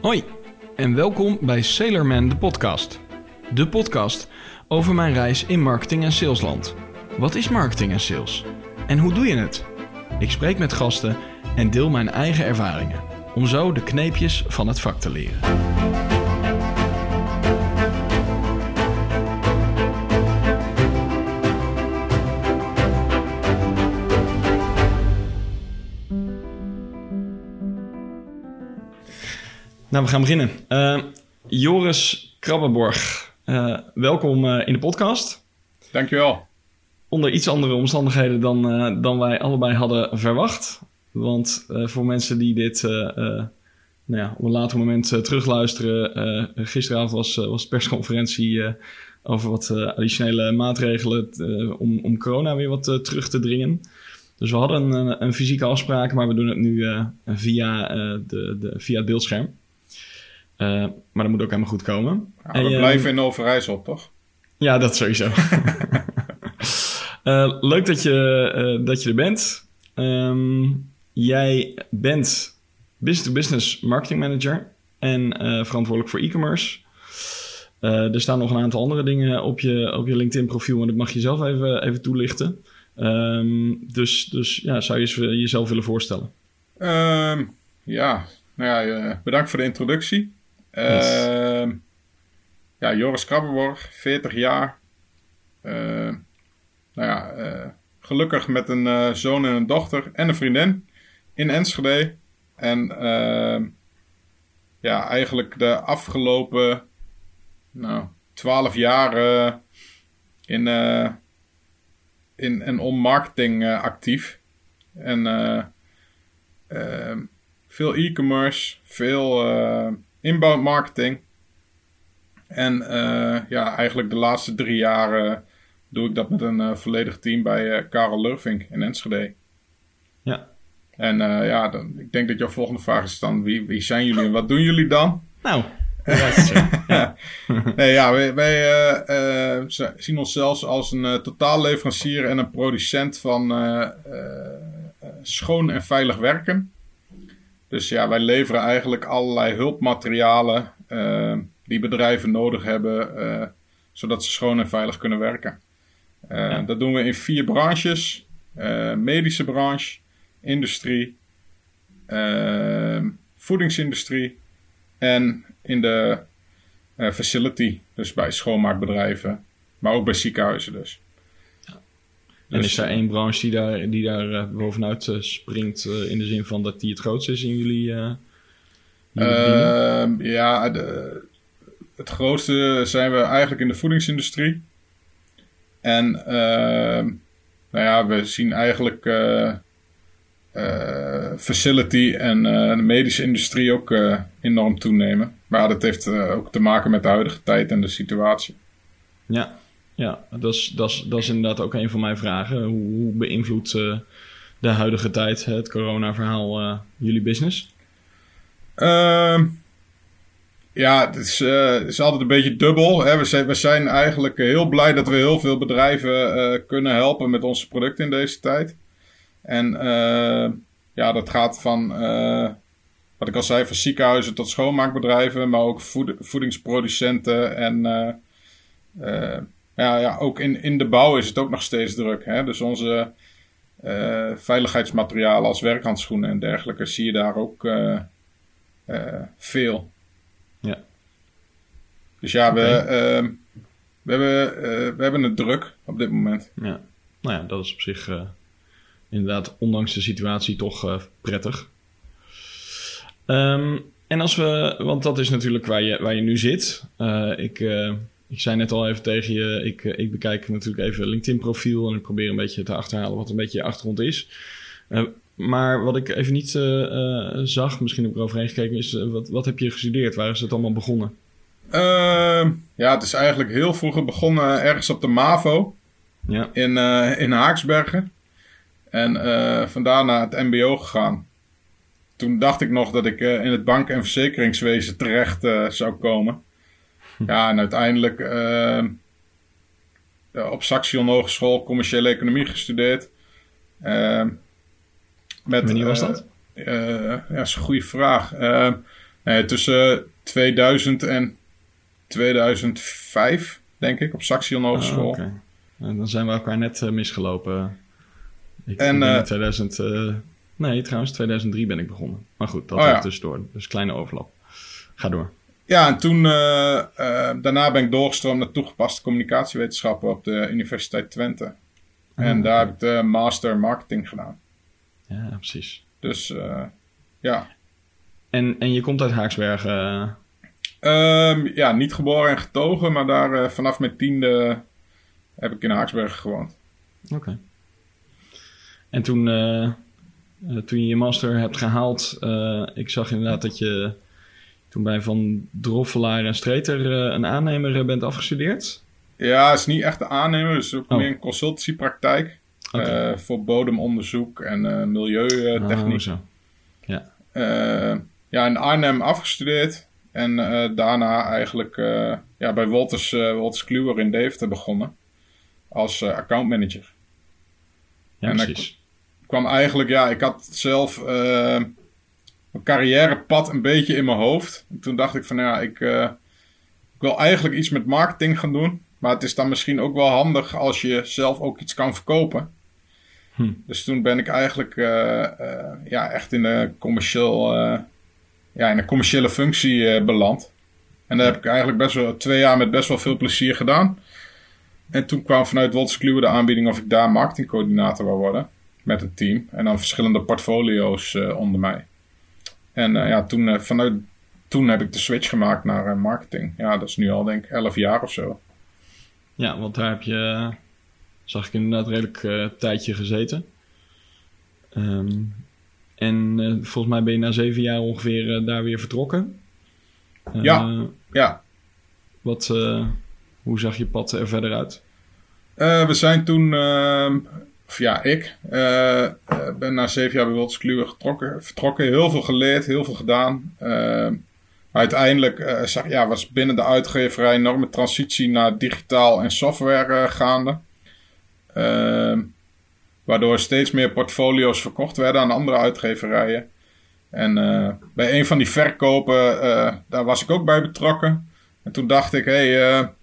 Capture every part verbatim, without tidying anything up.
Hoi en welkom bij Sailorman de podcast. De podcast over mijn reis in marketing en salesland. Wat is marketing en sales? En hoe doe je het? Ik spreek met gasten en deel mijn eigen ervaringen. Om zo de kneepjes van het vak te leren. Nou, we gaan beginnen. Uh, Joris Krabbenborg, uh, welkom uh, in de podcast. Dankjewel. Onder iets andere omstandigheden dan, uh, dan wij allebei hadden verwacht. Want uh, voor mensen die dit uh, uh, nou ja, op een later moment uh, terugluisteren... Uh, gisteravond was, uh, was de persconferentie uh, over wat uh, additionele maatregelen... Uh, om, om corona weer wat uh, terug te dringen. Dus we hadden een, een fysieke afspraak, maar we doen het nu uh, via, uh, de, de, via het beeldscherm. Uh, maar dat moet ook helemaal goed komen. Ja, we en, blijven uh, in Overijssel, toch? Ja, dat sowieso. uh, leuk dat je, uh, dat je er bent. Um, jij bent business-to-business marketing manager en uh, verantwoordelijk voor e-commerce. Uh, er staan nog een aantal andere dingen op je, op je LinkedIn profiel en dat mag je zelf even, even toelichten. Um, dus, dus ja, zou je jezelf willen voorstellen? Um, ja, nou ja, bedankt voor de introductie. Yes. Uh, ja, Joris Krabbenborg, veertig jaar. Uh, nou ja, uh, gelukkig met een uh, zoon en een dochter en een vriendin in Enschede. En uh, ja, eigenlijk de afgelopen nou, twaalf jaar uh, in, uh, in en om marketing uh, actief. En uh, uh, veel e-commerce, veel uh, inbound marketing. En uh, ja, eigenlijk de laatste drie jaar uh, doe ik dat met een uh, volledig team bij uh, Karel Lurvink in Enschede. Ja. En uh, ja, dan, ik denk dat jouw volgende vraag is dan, wie, wie zijn jullie en wat doen jullie dan? Nou, ja, zo. Ja. nee, ja, wij, wij uh, uh, zien onszelf als een uh, totaalleverancier en een producent van uh, uh, uh, schoon en veilig werken. Dus ja, wij leveren eigenlijk allerlei hulpmaterialen uh, die bedrijven nodig hebben, uh, zodat ze schoon en veilig kunnen werken. Uh, ja. Dat doen we in vier branches. Uh, medische branche, industrie, uh, voedingsindustrie en in de uh, facility, dus bij schoonmaakbedrijven, maar ook bij ziekenhuizen dus. En is er één branche die daar, die daar uh, bovenuit uh, springt uh, in de zin van dat die het grootste is in jullie, uh, jullie uh, Ja, de, het grootste zijn we eigenlijk in de voedingsindustrie. En uh, nou ja, we zien eigenlijk uh, uh, facility en uh, de medische industrie ook uh, enorm toenemen. Maar dat heeft uh, ook te maken met de huidige tijd en de situatie. Ja. Ja, dat is, dat, is, dat is inderdaad ook een van mijn vragen. Hoe, hoe beïnvloedt uh, de huidige tijd, het corona-verhaal, uh, jullie business? Uh, ja, het is, uh, het is altijd een beetje dubbel. Hè. We, zijn, we zijn eigenlijk heel blij dat we heel veel bedrijven uh, kunnen helpen met onze producten in deze tijd. En uh, ja, dat gaat van, uh, wat ik al zei, van ziekenhuizen tot schoonmaakbedrijven, maar ook voed, voedingsproducenten en... Uh, uh, Ja, ja, ook in, in de bouw is het ook nog steeds druk. Hè? Dus onze uh, veiligheidsmaterialen als werkhandschoenen en dergelijke zie je daar ook uh, uh, veel. Ja. Dus ja, okay. we, uh, we, hebben, uh, we hebben het druk op dit moment. Ja. Nou ja, dat is op zich uh, inderdaad ondanks de situatie toch uh, prettig. Um, en als we, want dat is natuurlijk waar je, waar je nu zit. Uh, ik... Uh, Ik zei net al even tegen je, ik, ik bekijk natuurlijk even LinkedIn-profiel en ik probeer een beetje te achterhalen wat een beetje je achtergrond is. Uh, maar wat ik even niet uh, uh, zag, misschien heb ik eroverheen gekeken, is uh, wat, wat heb je gestudeerd? Waar is het allemaal begonnen? Uh, ja, het is eigenlijk heel vroeger begonnen ergens op de MAVO ja. in, uh, in Haaksbergen. En uh, vandaar naar het mbo gegaan. Toen dacht ik nog dat ik uh, in het bank- en verzekeringswezen terecht uh, zou komen. Ja, en uiteindelijk uh, op Saxion Hogeschool commerciële economie gestudeerd. Uh, met, Wanneer was dat? Uh, ja, dat is een goede vraag. Uh, Nee, tussen tweeduizend en tweeduizend vijf, denk ik, op Saxion Hogeschool. Ah, okay. En dan zijn we elkaar net uh, misgelopen. Ik, en, ik ben uh, in tweeduizend... Uh, nee, trouwens, tweeduizend drie ben ik begonnen. Maar goed, dat oh, er ja. tussendoor. Dus kleine overlap. Ga door. Ja, en toen... Uh, uh, daarna ben ik doorgestroomd naar toegepaste communicatiewetenschappen op de Universiteit Twente. Ah, en daar okay. heb ik de master marketing gedaan. Ja, precies. Dus, uh, ja. En, en je komt uit Haaksbergen? Uh... Um, ja, niet geboren en getogen, maar daar uh, vanaf mijn tiende heb ik in Haaksbergen gewoond. Oké. Okay. En toen, uh, uh, toen je je master hebt gehaald, uh, ik zag inderdaad dat je toen bij Van Droffelaar en Streeter uh, een aannemer bent afgestudeerd. Ja, het is niet echt de aannemer, het is ook oh. meer een consultancypraktijk. Okay. Uh, voor bodemonderzoek en uh, milieutechniek. Oh, zo. Ja. Uh, ja, in Arnhem afgestudeerd. En uh, daarna eigenlijk uh, ja, bij Wolters, uh, Wolters Kluwer in Deventer begonnen. Als uh, accountmanager. Ja, en precies. Ik kwam eigenlijk, ja, ik had zelf uh, mijn carrièrepad een beetje in mijn hoofd. En toen dacht ik van, ja, ik, uh, ik wil eigenlijk iets met marketing gaan doen. Maar het is dan misschien ook wel handig als je zelf ook iets kan verkopen. Hm. Dus toen ben ik eigenlijk uh, uh, ja, echt in een commercieel... Uh, Ja, in een commerciële functie uh, beland. En daar heb ik eigenlijk best wel twee jaar met best wel veel plezier gedaan. En toen kwam vanuit Wolters Kluwer de aanbieding of ik daar marketingcoördinator wil worden. Met een team. En dan verschillende portfolio's uh, onder mij. En uh, ja, toen, uh, vanuit toen heb ik de switch gemaakt naar uh, marketing. Ja, dat is nu al denk ik elf jaar of zo. Ja, want daar heb je, zag ik inderdaad redelijk uh, tijdje gezeten. Um, En uh, volgens mij ben je na zeven jaar ongeveer uh, daar weer vertrokken. Uh, ja, ja. Wat, uh, hoe zag je pad er verder uit? Uh, we zijn toen, uh, of ja, ik uh, uh, ben na zeven jaar bij Wolters Kluwer getrokken, vertrokken. Heel veel geleerd, heel veel gedaan. Uh, uiteindelijk uh, zag, ja, was binnen de uitgeverij een enorme transitie naar digitaal en software uh, gaande. Uh, Waardoor steeds meer portfolio's verkocht werden aan andere uitgeverijen. En uh, bij een van die verkopen, uh, daar was ik ook bij betrokken. En toen dacht ik, hé, hey, uh,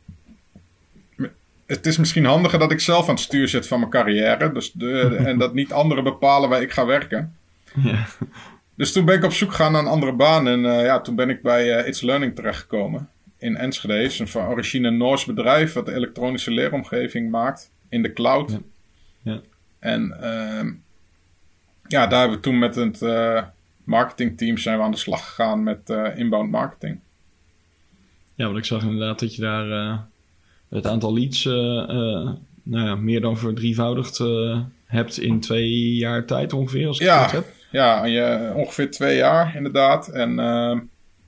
het is misschien handiger dat ik zelf aan het stuur zit van mijn carrière. Dus de, en dat niet anderen bepalen waar ik ga werken. Ja. Dus toen ben ik op zoek gegaan naar een andere baan. En uh, ja, toen ben ik bij uh, It's Learning terechtgekomen. In Enschede. Het is een van origine Noors bedrijf wat de elektronische leeromgeving maakt. In de cloud. Ja. Ja. En uh, ja, daar hebben we toen met het uh, marketingteam zijn we aan de slag gegaan met uh, inbound marketing. Ja, want ik zag inderdaad dat je daar uh, het aantal leads uh, uh, nou ja, meer dan verdrievoudigd uh, hebt in twee jaar tijd ongeveer, als ik ja, het goed heb. Ja, je, ongeveer twee jaar inderdaad. En uh,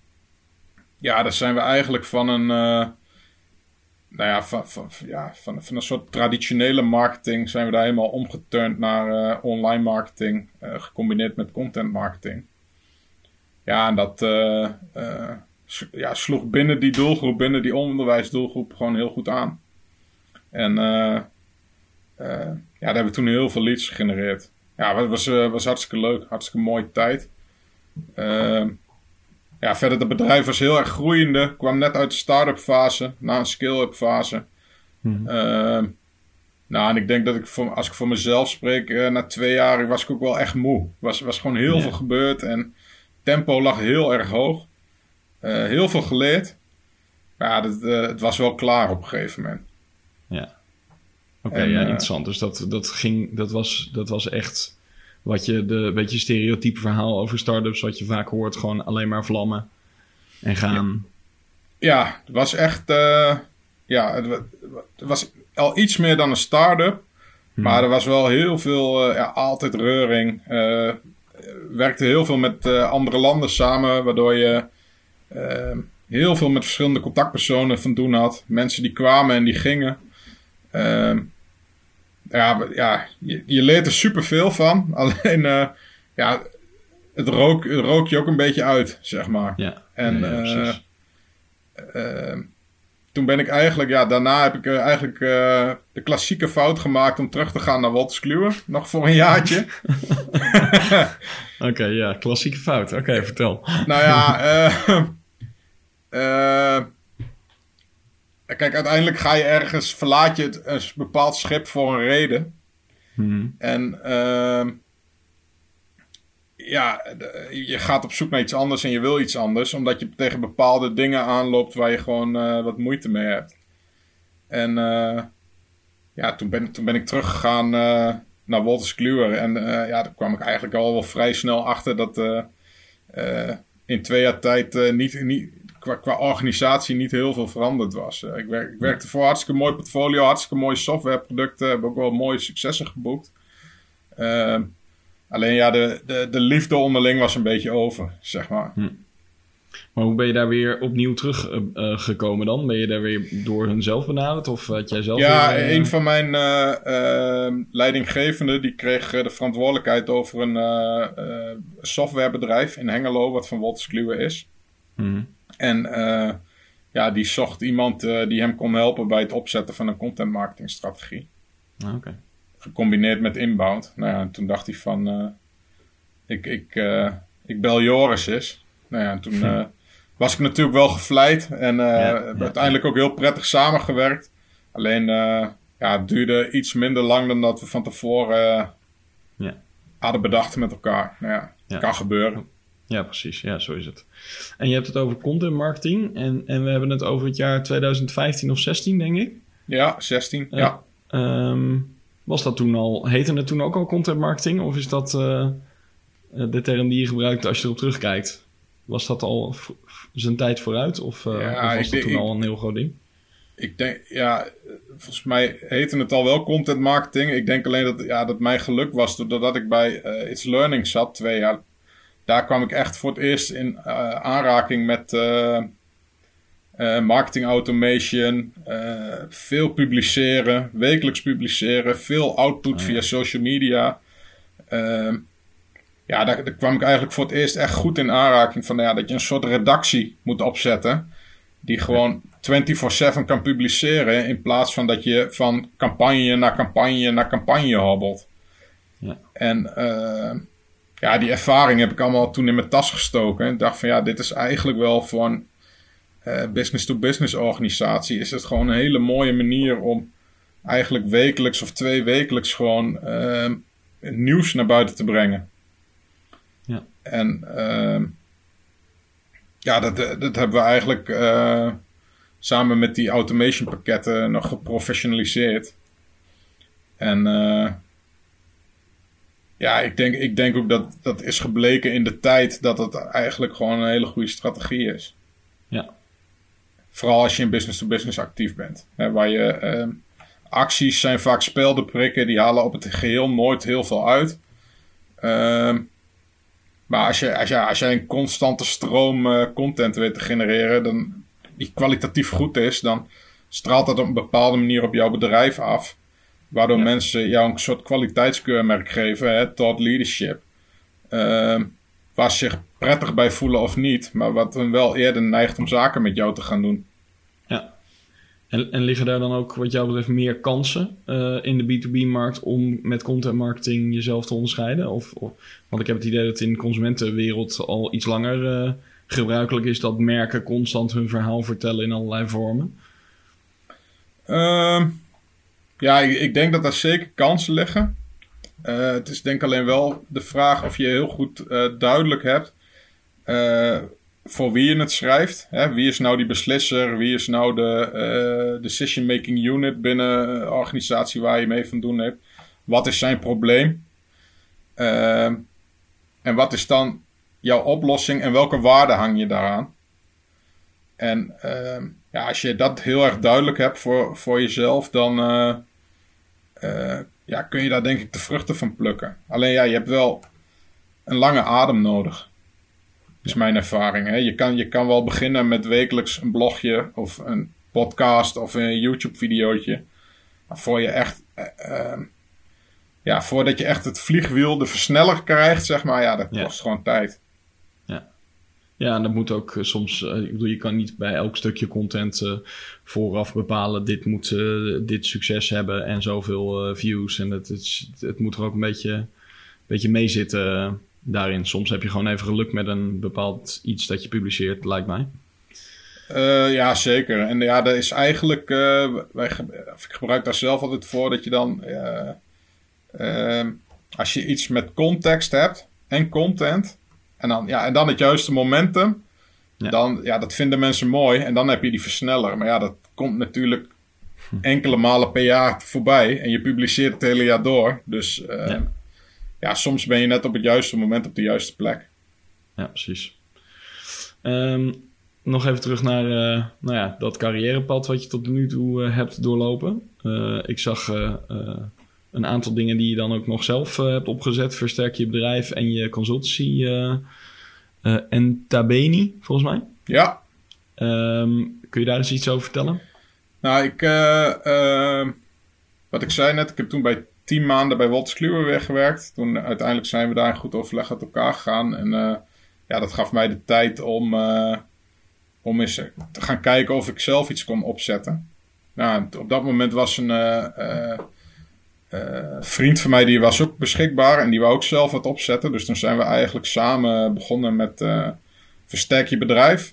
ja, daar zijn we eigenlijk van een... Uh, Nou ja van, van, ja, van, van een soort traditionele marketing zijn we daar helemaal omgeturnd naar uh, online marketing, uh, gecombineerd met content marketing. Ja, en dat uh, uh, s- ja, sloeg binnen die doelgroep, binnen die onderwijsdoelgroep gewoon heel goed aan. En uh, uh, ja, daar hebben we toen heel veel leads gegenereerd. Ja, het was, uh, was hartstikke leuk, hartstikke mooie tijd. Uh, Ja, verder, het bedrijf was heel erg groeiende. Kwam net uit de start-up fase, naar een scale-up fase. Mm-hmm. Uh, nou, en ik denk dat ik, voor, als ik voor mezelf spreek, uh, na twee jaar was ik ook wel echt moe. Er was, was gewoon heel yeah. veel gebeurd en tempo lag heel erg hoog. Uh, heel veel geleerd. Ja, dat, uh, het was wel klaar op een gegeven moment. Ja, oké, okay, ja, uh, interessant. Dus dat, dat, ging, dat, was, dat was echt... Wat je, de beetje stereotype verhaal over start-ups, wat je vaak hoort, gewoon alleen maar vlammen en gaan. Ja, ja het was echt, uh, ja, het, het was al iets meer dan een start-up, hmm. maar er was wel heel veel, uh, ja, altijd reuring. Uh, werkte heel veel met uh, andere landen samen, waardoor je uh, heel veel met verschillende contactpersonen van doen had. Mensen die kwamen en die gingen. Uh, Ja, ja je, je leert er superveel van. Alleen, uh, ja, het rook, het rook je ook een beetje uit, zeg maar. Ja, en, ja, ja, uh, uh, toen ben ik eigenlijk, ja, daarna heb ik uh, eigenlijk uh, de klassieke fout gemaakt om terug te gaan naar Wolters Kluwer. Nog voor een jaartje. Oké, okay, ja, klassieke fout. Oké, okay, vertel. Nou ja, uh, uh, kijk, uiteindelijk ga je ergens, verlaat je het, een bepaald schip voor een reden. Hmm. En uh, ja, de, je gaat op zoek naar iets anders en je wil iets anders. Omdat je tegen bepaalde dingen aanloopt waar je gewoon uh, wat moeite mee hebt. En uh, ja, toen ben, toen ben ik teruggegaan uh, naar Wolters Kluwer. En uh, ja, daar kwam ik eigenlijk al wel vrij snel achter dat uh, uh, in twee jaar tijd uh, niet, niet, qua, qua organisatie niet heel veel veranderd was. Uh, ik, werk, ik werkte voor hartstikke mooi portfolio, hartstikke mooie softwareproducten. Heb ook wel mooie successen geboekt. Uh, alleen ja, de, de, de liefde onderling was een beetje over, zeg maar. Hm. Maar hoe ben je daar weer opnieuw teruggekomen uh, dan? Ben je daar weer door hun zelf benaderd? Of had jij zelf... Ja, weer, uh... een van mijn uh, uh, leidinggevenden... die kreeg uh, de verantwoordelijkheid over een uh, uh, softwarebedrijf in Hengelo... wat van Wolters Kluwer is. Mm-hmm. En uh, ja, die zocht iemand uh, die hem kon helpen... bij het opzetten van een content marketingstrategie. Oké. Okay. Gecombineerd met inbound. Nou ja, en toen dacht hij van... Uh, ik, ik, uh, ik bel Joris eens. Nou ja, en toen... Uh, was ik natuurlijk wel gevleid en uh, ja, ja, uiteindelijk ook heel prettig samengewerkt. Alleen, uh, ja, het duurde iets minder lang dan dat we van tevoren uh, ja. hadden bedacht met elkaar. Nou ja, ja. Kan gebeuren. Ja, precies. Ja, zo is het. En je hebt het over content marketing en, en we hebben het over het jaar twintig vijftien of zestien, denk ik. Ja, zestien, uh, ja. Um, was dat toen al, heette het toen ook al content marketing? Of is dat uh, de term die je gebruikt als je erop terugkijkt? Was dat al v- zijn tijd vooruit? Of, uh, ja, of was dat denk, toen ik, al een heel groot ding? Ik denk, ja, volgens mij heette het al wel content marketing. Ik denk alleen dat, ja, dat mijn geluk was doordat ik bij uh, It's Learning zat, twee jaar. Daar kwam ik echt voor het eerst in uh, aanraking met uh, uh, marketing automation. Uh, veel publiceren, wekelijks publiceren. Veel output oh, ja. via social media. Uh, Ja, daar, daar kwam ik eigenlijk voor het eerst echt goed in aanraking van ja, dat je een soort redactie moet opzetten. Die gewoon vierentwintig zeven kan publiceren. In plaats van dat je van campagne naar campagne naar campagne hobbelt. Ja. En uh, ja, die ervaring heb ik allemaal toen in mijn tas gestoken. En ik dacht van ja, dit is eigenlijk wel voor een uh, business-to-business organisatie. Is het gewoon een hele mooie manier om eigenlijk wekelijks of twee wekelijks gewoon uh, nieuws naar buiten te brengen. Ja. En uh, ja, dat, dat hebben we eigenlijk uh, samen met die automation pakketten nog geprofessionaliseerd. En uh, ja, ik denk, ik denk ook dat dat is gebleken in de tijd dat het eigenlijk gewoon een hele goede strategie is. Ja. Vooral als je in business-to-business actief bent. Hè, waar je uh, acties zijn vaak speldenprikken, die halen op het geheel nooit heel veel uit. Uh, Maar als je, als, je, als je een constante stroom uh, content weet te genereren, dan, die kwalitatief goed is, dan straalt dat op een bepaalde manier op jouw bedrijf af. Waardoor ja. mensen jou een soort kwaliteitskeurmerk geven, hè, thought leadership. Uh, waar ze zich prettig bij voelen of niet, maar wat hen wel eerder neigt om zaken met jou te gaan doen. Ja. En, en liggen daar dan ook wat jou betreft meer kansen uh, in de B twee B-markt om met content marketing jezelf te onderscheiden? Of, of, want ik heb het idee dat in de consumentenwereld al iets langer uh, gebruikelijk is dat merken constant hun verhaal vertellen in allerlei vormen. Uh, ja, ik, ik denk dat daar zeker kansen liggen. Uh, het is denk ik alleen wel de vraag of je heel goed uh, duidelijk hebt Uh, voor wie je het schrijft. Hè? Wie is nou die beslisser? Wie is nou de uh, decision-making unit binnen een organisatie waar je mee van doen hebt? Wat is zijn probleem? Uh, en wat is dan jouw oplossing en welke waarde hang je daaraan? En uh, ja, als je dat heel erg duidelijk hebt voor, voor jezelf, dan uh, uh, ja, kun je daar denk ik de vruchten van plukken. Alleen ja, je hebt wel een lange adem nodig. Is mijn ervaring. Hè? Je kan, je kan wel beginnen met wekelijks een blogje of een podcast of een YouTube-videootje. Maar voor je echt, uh, ja, voordat je echt het vliegwiel, de versneller krijgt, zeg maar, ja, dat kost ja. gewoon tijd. Ja. Ja, en dat moet ook uh, soms... Uh, ik bedoel, je kan niet bij elk stukje content uh, vooraf bepalen... dit moet uh, dit succes hebben en zoveel uh, views. En het, het, het moet er ook een beetje, een beetje meezitten uh, daarin. Soms heb je gewoon even geluk met een bepaald iets dat je publiceert, lijkt mij. Uh, ja, zeker. En ja, dat is eigenlijk... Uh, wij, of ik gebruik daar zelf altijd voor dat je dan... Uh, uh, als je iets met context hebt en content... En dan, ja, en dan het juiste momentum. Ja. Dan, ja, dat vinden mensen mooi. En dan heb je die versneller. Maar ja, dat komt natuurlijk enkele malen per jaar voorbij. En je publiceert het hele jaar door. Dus uh, ja. ja, soms ben je net op het juiste moment op de juiste plek. Ja, precies. Um, nog even terug naar uh, nou ja, dat carrièrepad wat je tot nu toe uh, hebt doorlopen. Uh, ik zag... Uh, uh, Een aantal dingen die je dan ook nog zelf uh, hebt opgezet. Versterk je bedrijf en je consultancy. Uh, uh, en Tabeni, volgens mij. Ja. Um, kun je daar eens iets over vertellen? Nou, ik... Uh, uh, wat ik zei net, ik heb toen bij tien maanden bij Wolters Kluwer weggewerkt. Toen uiteindelijk zijn we daar in goed overleg uit elkaar gegaan. En uh, ja, dat gaf mij de tijd om... Uh, om eens te gaan kijken of ik zelf iets kon opzetten. Nou, op dat moment was een... Uh, uh, Uh, vriend van mij die was ook beschikbaar en die wou ook zelf wat opzetten. Dus toen zijn we eigenlijk samen begonnen met uh, Versterk je bedrijf.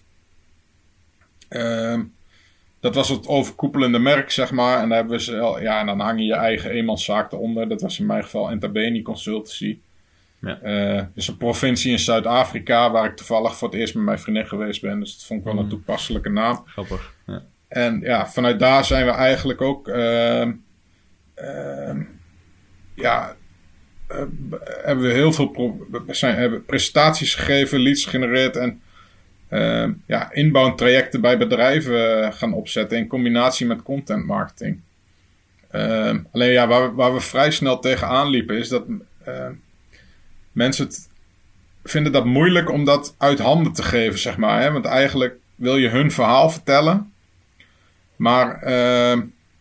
Uh, dat was het overkoepelende merk, zeg maar. En daar hebben we ze, ja, en dan hang je je eigen eenmanszaak eronder. Dat was in mijn geval Entabeni Consultancy. Ja. Uh, is een provincie in Zuid-Afrika waar ik toevallig voor het eerst met mijn vriendin geweest ben. Dus dat vond ik wel mm. een toepasselijke naam. Grappig. Ja. En ja, vanuit daar zijn we eigenlijk ook... Uh, Uh, ja, uh, hebben we heel veel pro- zijn, hebben presentaties gegeven, leads genereerd en uh, ja, inbound trajecten bij bedrijven gaan opzetten in combinatie met content marketing. Uh, alleen ja, waar we, waar we vrij snel tegenaan liepen is dat uh, mensen het vinden dat moeilijk om dat uit handen te geven, zeg maar. Hè? Want eigenlijk wil je hun verhaal vertellen, maar... Uh,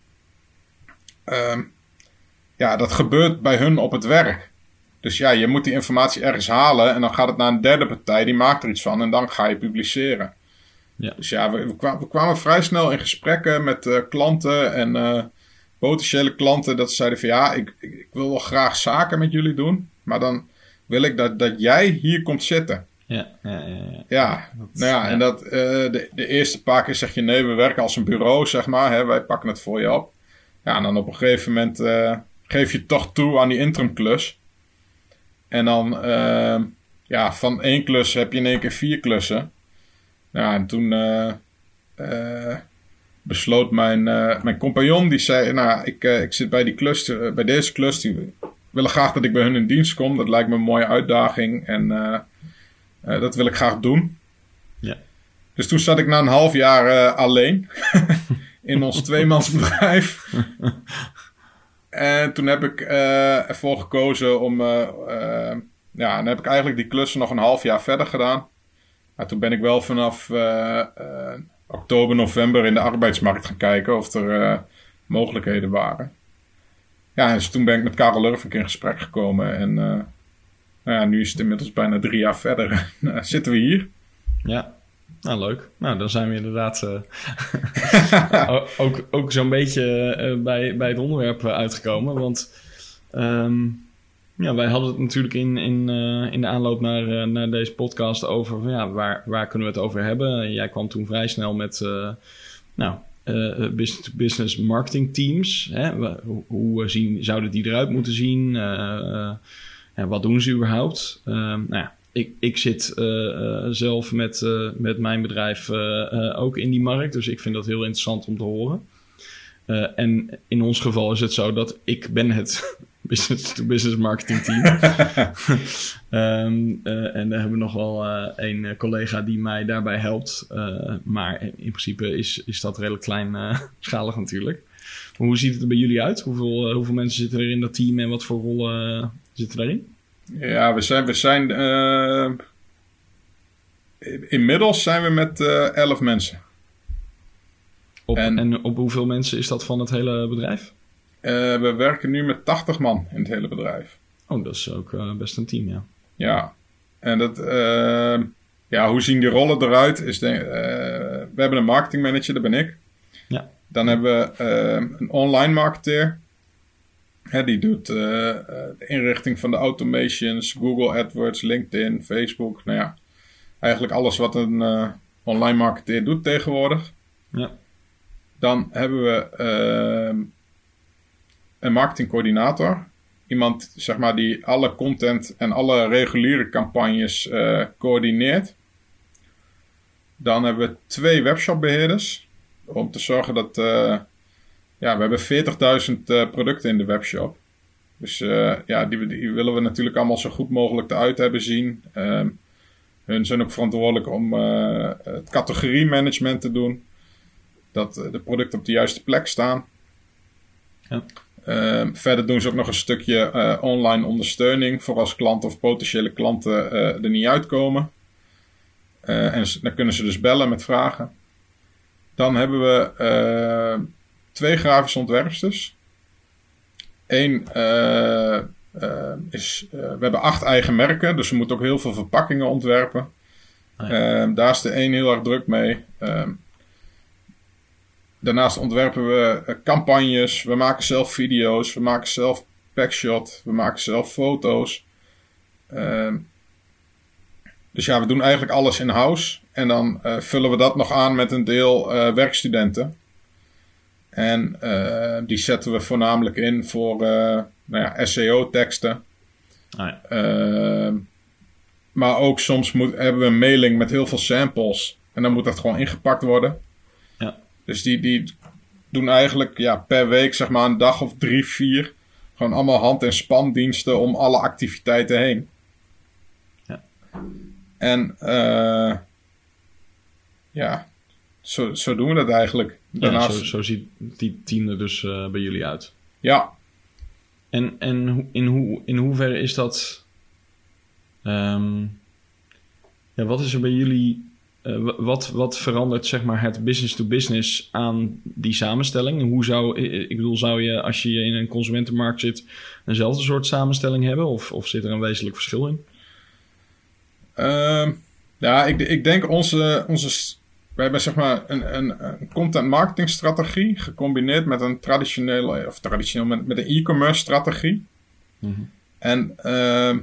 Uh, ja, dat gebeurt bij hun op het werk. Dus ja, je moet die informatie ergens halen en dan gaat het naar een derde partij, die maakt er iets van en dan ga je publiceren. Ja. Dus ja, we, we, kwamen, we kwamen vrij snel in gesprekken met uh, klanten en uh, potentiële klanten dat ze zeiden van ja, ik, ik, ik wil wel graag zaken met jullie doen, maar dan wil ik dat, dat jij hier komt zitten. Ja, ja, ja. ja. ja. Dat, nou ja, ja, en dat uh, de, de eerste paar keer zeg je nee, we werken als een bureau, zeg maar, hè, wij pakken het voor je op. Ja, en dan op een gegeven moment uh, geef je toch toe aan die interimklus. En dan, uh, ja, van één klus heb je in één keer vier klussen. Nou, en toen uh, uh, besloot mijn, uh, mijn compagnon, die zei, nou, ik, uh, ik zit bij die klus, uh, bij deze klus, die willen graag dat ik bij hun in dienst kom. Dat lijkt me een mooie uitdaging en uh, uh, dat wil ik graag doen. Ja. Dus toen zat ik na een half jaar uh, alleen... in ons tweemansbedrijf. En toen heb ik uh, ervoor gekozen om... Uh, uh, ja, dan heb ik eigenlijk die klussen nog een half jaar verder gedaan. Maar toen ben ik wel vanaf uh, uh, oktober, november in de arbeidsmarkt gaan kijken of er uh, mogelijkheden waren. Ja, dus toen ben ik met Karel Lurvink in gesprek gekomen. En uh, nou ja, nu is het inmiddels bijna drie jaar verder. uh, zitten we hier. Ja. Nou, leuk. Nou, dan zijn we inderdaad uh, ook, ook zo'n beetje uh, bij, bij het onderwerp uitgekomen. Want um, ja, wij hadden het natuurlijk in, in, uh, in de aanloop naar, uh, naar deze podcast over... Van, ja, waar, waar kunnen we het over hebben? Jij kwam toen vrij snel met uh, nou, uh, business-to-business marketing teams. Hè? Hoe, hoe zien, zouden die eruit moeten zien? Uh, uh, ja, wat doen ze überhaupt? Uh, nou ja. Ik, ik zit uh, uh, zelf met, uh, met mijn bedrijf uh, uh, ook in die markt. Dus ik vind dat heel interessant om te horen. Uh, en in ons geval is het zo dat ik ben het business-to-business marketing team. um, uh, en daar hebben we nog wel uh, een collega die mij daarbij helpt. Uh, maar in principe is, is dat redelijk kleinschalig uh, natuurlijk. Maar hoe ziet het er bij jullie uit? Hoeveel, uh, hoeveel mensen zitten er in dat team en wat voor rollen uh, zitten daarin? Ja, we zijn, we zijn uh, inmiddels zijn we met uh, elf mensen. Op, en, en op hoeveel mensen is dat van het hele bedrijf? Uh, we werken nu met tachtig man in het hele bedrijf. Oh, dat is ook uh, best een team, ja. Ja, en dat, uh, ja, hoe zien die rollen eruit? Is de, uh, we hebben een marketingmanager, dat ben ik. Ja. Dan hebben we uh, een online marketeer. Hè, die doet uh, de inrichting van de automations, Google AdWords, LinkedIn, Facebook. Nou ja, eigenlijk alles wat een uh, online marketeer doet tegenwoordig. Ja. Dan hebben we uh, een marketingcoördinator. Iemand, zeg maar, die alle content en alle reguliere campagnes uh, coördineert. Dan hebben we twee webshopbeheerders. Om te zorgen dat... Uh, ja, we hebben veertigduizend uh, producten in de webshop. Dus uh, ja, die, die willen we natuurlijk allemaal zo goed mogelijk eruit hebben zien. Um, hun zijn ook verantwoordelijk om uh, het categoriemanagement te doen. Dat uh, de producten op de juiste plek staan. Ja. Uh, verder doen ze ook nog een stukje uh, online ondersteuning voor als klanten of potentiële klanten uh, er niet uitkomen. Uh, en dan kunnen ze dus bellen met vragen. Dan hebben we uh, twee grafische ontwerpsters. Eén uh, uh, is, uh, we hebben acht eigen merken, dus we moeten ook heel veel verpakkingen ontwerpen. Ah, ja. Uh, daar is de één heel erg druk mee. Uh, Daarnaast ontwerpen we uh, campagnes, we maken zelf video's, we maken zelf packshot, we maken zelf foto's. Uh, dus ja, we doen eigenlijk alles in-house. En dan uh, vullen we dat nog aan met een deel uh, werkstudenten. En uh, die zetten we voornamelijk in voor uh, nou ja, S E O-teksten. Ah, ja. Uh, maar ook soms moet, hebben we een mailing met heel veel samples. En dan moet dat gewoon ingepakt worden. Ja. Dus die, die doen eigenlijk ja, per week, zeg maar een dag of drie, vier... gewoon allemaal hand- en spandiensten om alle activiteiten heen. Ja. En uh, ja, zo, zo doen we dat eigenlijk. Daarnaast, ja, zo, zo ziet die team er dus uh, bij jullie uit. Ja. En, en in, hoe, in hoeverre is dat... Um, ja, wat is er bij jullie... Uh, wat, wat verandert, zeg maar, het business-to-business aan die samenstelling? Hoe zou, ik bedoel, zou je, als je in een consumentenmarkt zit, eenzelfde soort samenstelling hebben? Of, of zit er een wezenlijk verschil in? Uh, ja, ik, ik denk onze... onze we hebben, zeg maar, een, een, een content marketing strategie gecombineerd met een traditionele, of traditioneel met, met een e-commerce strategie. Mm-hmm. En uh,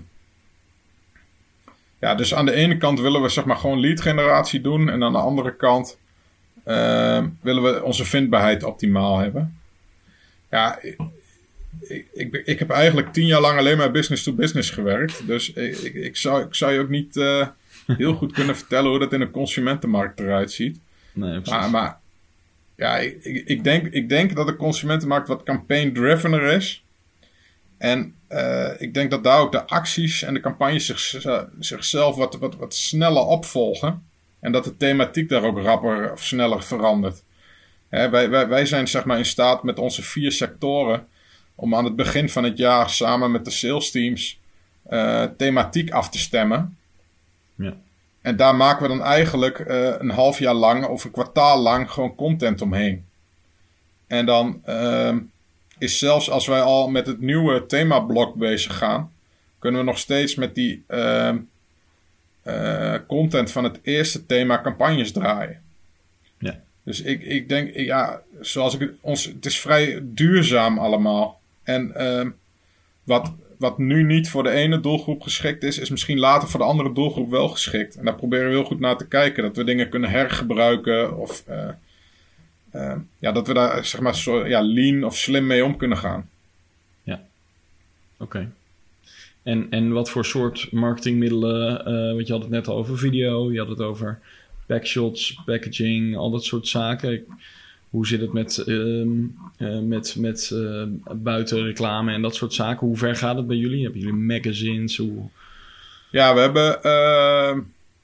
ja, dus aan de ene kant willen we, zeg maar, gewoon lead generatie doen. En aan de andere kant uh, willen we onze vindbaarheid optimaal hebben. Ja, ik, ik, ik, ik heb eigenlijk tien jaar lang alleen maar business to business gewerkt. Dus ik, ik, ik, zou, ik zou je ook niet uh, heel goed kunnen vertellen hoe dat in een consumentenmarkt eruit ziet. Nee, maar, maar ja, ik, ik, ik, denk, ik denk dat de consumentenmarkt wat campaign-drivener is. En uh, ik denk dat daar ook de acties en de campagnes zich, uh, zichzelf wat, wat, wat sneller opvolgen. En dat de thematiek daar ook rapper of sneller verandert. Hè, wij, wij, wij zijn, zeg maar, in staat met onze vier sectoren om aan het begin van het jaar samen met de sales teams uh, thematiek af te stemmen. Ja. En daar maken we dan eigenlijk uh, een half jaar lang of een kwartaal lang gewoon content omheen. En dan uh, is zelfs als wij al met het nieuwe themablok bezig gaan, kunnen we nog steeds met die uh, uh, content van het eerste thema campagnes draaien. Ja. Dus ik, ik denk, ja, zoals ik het, ons, het is vrij duurzaam allemaal. En uh, wat, wat nu niet voor de ene doelgroep geschikt is, is misschien later voor de andere doelgroep wel geschikt. En daar proberen we heel goed naar te kijken. Dat we dingen kunnen hergebruiken of uh, uh, ja, dat we daar, zeg maar, zo, ja, lean of slim mee om kunnen gaan. Ja, oké. Okay. En, en wat voor soort marketingmiddelen, uh, want je had het net al over video, je had het over backshots, packaging, al dat soort zaken. Hoe zit het met, uh, uh, met, met uh, buitenreclame en dat soort zaken? Hoe ver gaat het bij jullie? Hebben jullie magazines? Hoe... Ja, we hebben... Uh,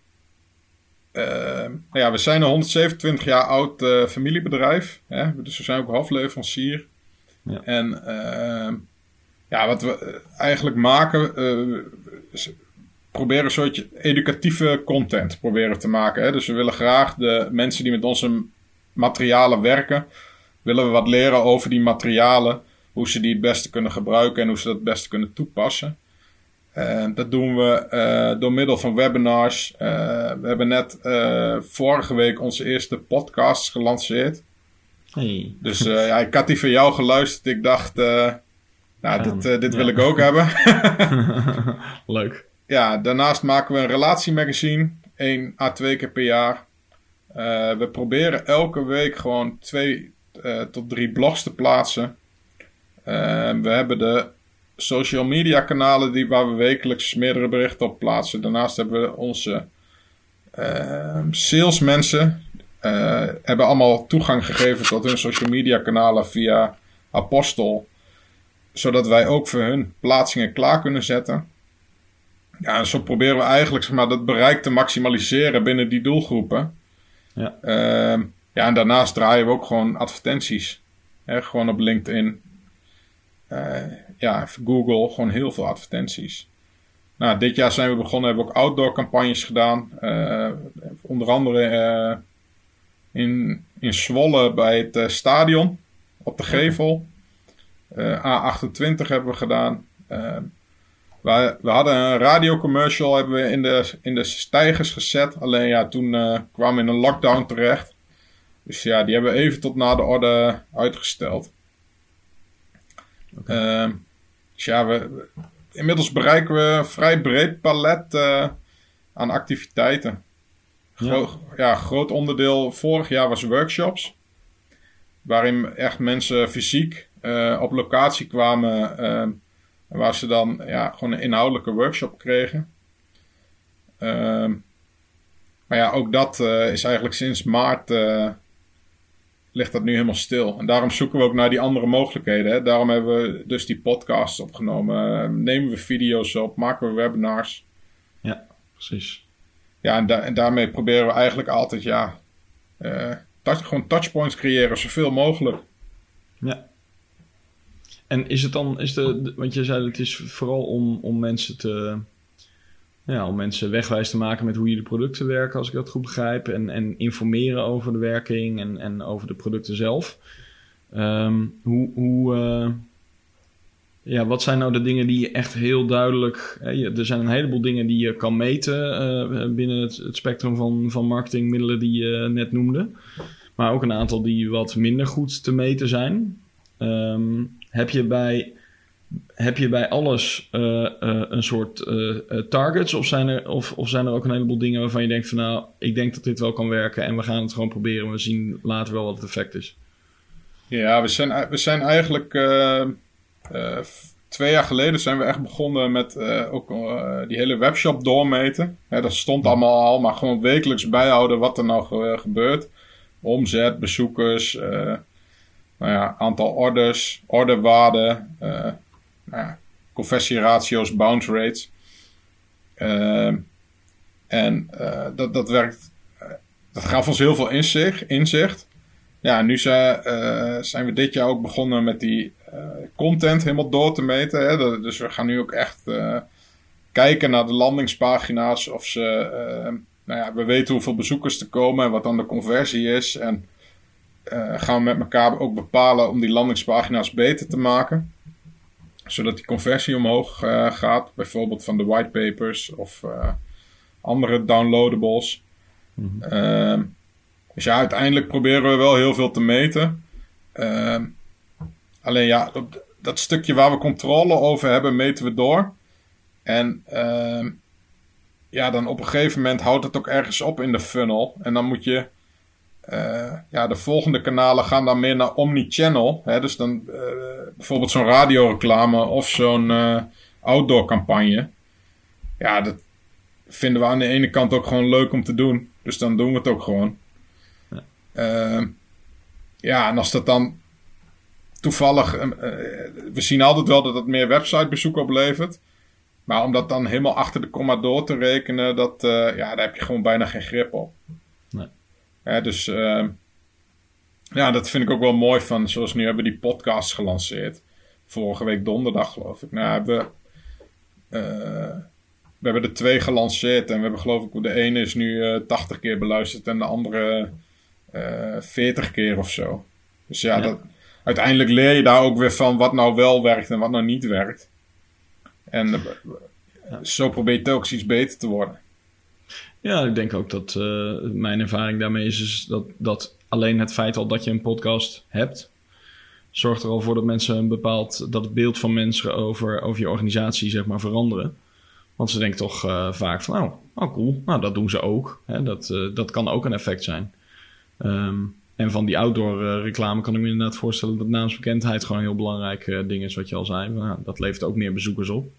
uh, ja, we zijn een honderdzevenentwintig jaar oud uh, familiebedrijf. Hè? Dus we zijn ook hoofdleverancier. Ja. En uh, ja, wat we eigenlijk maken... Uh, proberen een soort educatieve content proberen te maken. Hè? Dus we willen graag de mensen die met onze materialen werken, willen we wat leren over die materialen, hoe ze die het beste kunnen gebruiken en hoe ze dat het beste kunnen toepassen. Uh, dat doen we uh, door middel van webinars. Uh, we hebben net uh, vorige week onze eerste podcast gelanceerd. Hey. Dus uh, ja, ik had die van jou geluisterd. Ik dacht, uh, nou, dit, uh, dit wil ja. ik ook hebben. Leuk. Ja, daarnaast maken we een relatiemagazine. één à twee keer per jaar. Uh, we proberen elke week gewoon twee uh, tot drie blogs te plaatsen. Uh, we hebben de social media kanalen die, waar we wekelijks meerdere berichten op plaatsen. Daarnaast hebben we onze uh, salesmensen. Uh, hebben allemaal toegang gegeven tot hun social media kanalen via Apostel. Zodat wij ook voor hun plaatsingen klaar kunnen zetten. Ja, en zo proberen we eigenlijk zeg maar, dat bereik te maximaliseren binnen die doelgroepen. Ja. Uh, ja, en daarnaast draaien we ook gewoon advertenties. Hè, gewoon op LinkedIn. Uh, ja, Google, gewoon heel veel advertenties. Nou, dit jaar zijn we begonnen, hebben we ook outdoor campagnes gedaan. Uh, onder andere uh, in, in Zwolle bij het uh, stadion, op de gevel. Uh, A achtentwintig hebben we gedaan. Uh, we, we hadden een radiocommercial hebben we in de, in de steigers gezet. Alleen ja, toen uh, kwamen we in een lockdown terecht. Dus ja, die hebben we even tot na de orde uitgesteld. Okay. Uh, dus ja, we, inmiddels bereiken we een vrij breed palet uh, aan activiteiten. Gro- ja. ja, groot onderdeel vorig jaar was workshops. Waarin echt mensen fysiek uh, op locatie kwamen. Uh, waar ze dan ja, gewoon een inhoudelijke workshop kregen. Uh, maar ja, ook dat uh, is eigenlijk sinds maart... Uh, ligt dat nu helemaal stil. En daarom zoeken we ook naar die andere mogelijkheden. Hè? Daarom hebben we dus die podcasts opgenomen. Uh, nemen we video's op, maken we webinars. Ja, precies. Ja, en, da- en daarmee proberen we eigenlijk altijd, ja, uh, touch- gewoon touchpoints creëren, zoveel mogelijk. Ja. En is het dan, is de, de want je zei het is vooral om, om mensen te, ja, om mensen wegwijs te maken met hoe je de producten werken, als ik dat goed begrijp. En, en informeren over de werking en, en over de producten zelf. Um, hoe, hoe uh, ja, wat zijn nou de dingen die je echt heel duidelijk... Hè, je, er zijn een heleboel dingen die je kan meten uh, binnen het, het spectrum van, van marketingmiddelen die je net noemde. Maar ook een aantal die wat minder goed te meten zijn. Um, heb je bij... Heb je bij alles uh, uh, een soort uh, uh, targets? Of zijn, er, of, of zijn er ook een heleboel dingen waarvan je denkt van... nou, ik denk dat dit wel kan werken en we gaan het gewoon proberen. We zien later wel wat het effect is. Ja, we zijn, we zijn eigenlijk... Uh, uh, twee jaar geleden zijn we echt begonnen met uh, ook uh, die hele webshop doormeten. Ja, dat stond allemaal al, maar gewoon wekelijks bijhouden wat er nou ge- gebeurt. Omzet, bezoekers, uh, nou ja, aantal orders, orderwaarden... Uh, Nou ja, conversieratio's, bounce rates. Uh, en uh, dat, dat werkt. Uh, dat gaf ons heel veel inzicht. inzicht. Ja, nu zijn, uh, zijn we dit jaar ook begonnen met die uh, content helemaal door te meten. Hè? Dat, dus we gaan nu ook echt uh, kijken naar de landingspagina's. Of ze, uh, nou ja, we weten hoeveel bezoekers er komen en wat dan de conversie is. En uh, gaan we met elkaar ook bepalen om die landingspagina's beter te maken. Zodat die conversie omhoog uh, gaat. Bijvoorbeeld van de whitepapers of uh, andere downloadables. Mm-hmm. Uh, dus ja, uiteindelijk proberen we wel heel veel te meten. Uh, alleen ja, dat, dat stukje waar we controle over hebben, meten we door. En uh, ja, dan op een gegeven moment houdt het ook ergens op in de funnel. En dan moet je... Uh, ja, de volgende kanalen gaan dan meer naar omnichannel. Hè? Dus dan uh, bijvoorbeeld zo'n radioreclame of zo'n uh, outdoor campagne. Ja, dat vinden we aan de ene kant ook gewoon leuk om te doen. Dus dan doen we het ook gewoon. Ja, uh, ja en als dat dan toevallig... Uh, we zien altijd wel dat het meer websitebezoek oplevert. Maar om dat dan helemaal achter de komma door te rekenen... Dat, uh, ja, daar heb je gewoon bijna geen grip op. Nee. Ja, dus uh, ja, dat vind ik ook wel mooi van, zoals nu hebben we die podcast gelanceerd. Vorige week donderdag, geloof ik. Nou, we, uh, we hebben er twee gelanceerd en we hebben geloof ik, de ene is nu uh, tachtig keer beluisterd en de andere uh, veertig keer of zo. Dus ja, ja. Dat, uiteindelijk leer je daar ook weer van wat nou wel werkt en wat nou niet werkt. En uh, ja. Zo probeer je telkens iets beter te worden. Ja, ik denk ook dat uh, mijn ervaring daarmee is, is dat, dat alleen het feit al dat je een podcast hebt, zorgt er al voor dat mensen een bepaald, dat het beeld van mensen over, over je organisatie zeg maar veranderen. Want ze denken toch uh, vaak van, oh, oh cool, nou dat doen ze ook. Hè? Dat, uh, dat kan ook een effect zijn. Um, en van die outdoor uh, reclame kan ik me inderdaad voorstellen dat naamsbekendheid gewoon een heel belangrijk uh, ding is, wat je al zei. Nou, dat levert ook meer bezoekers op.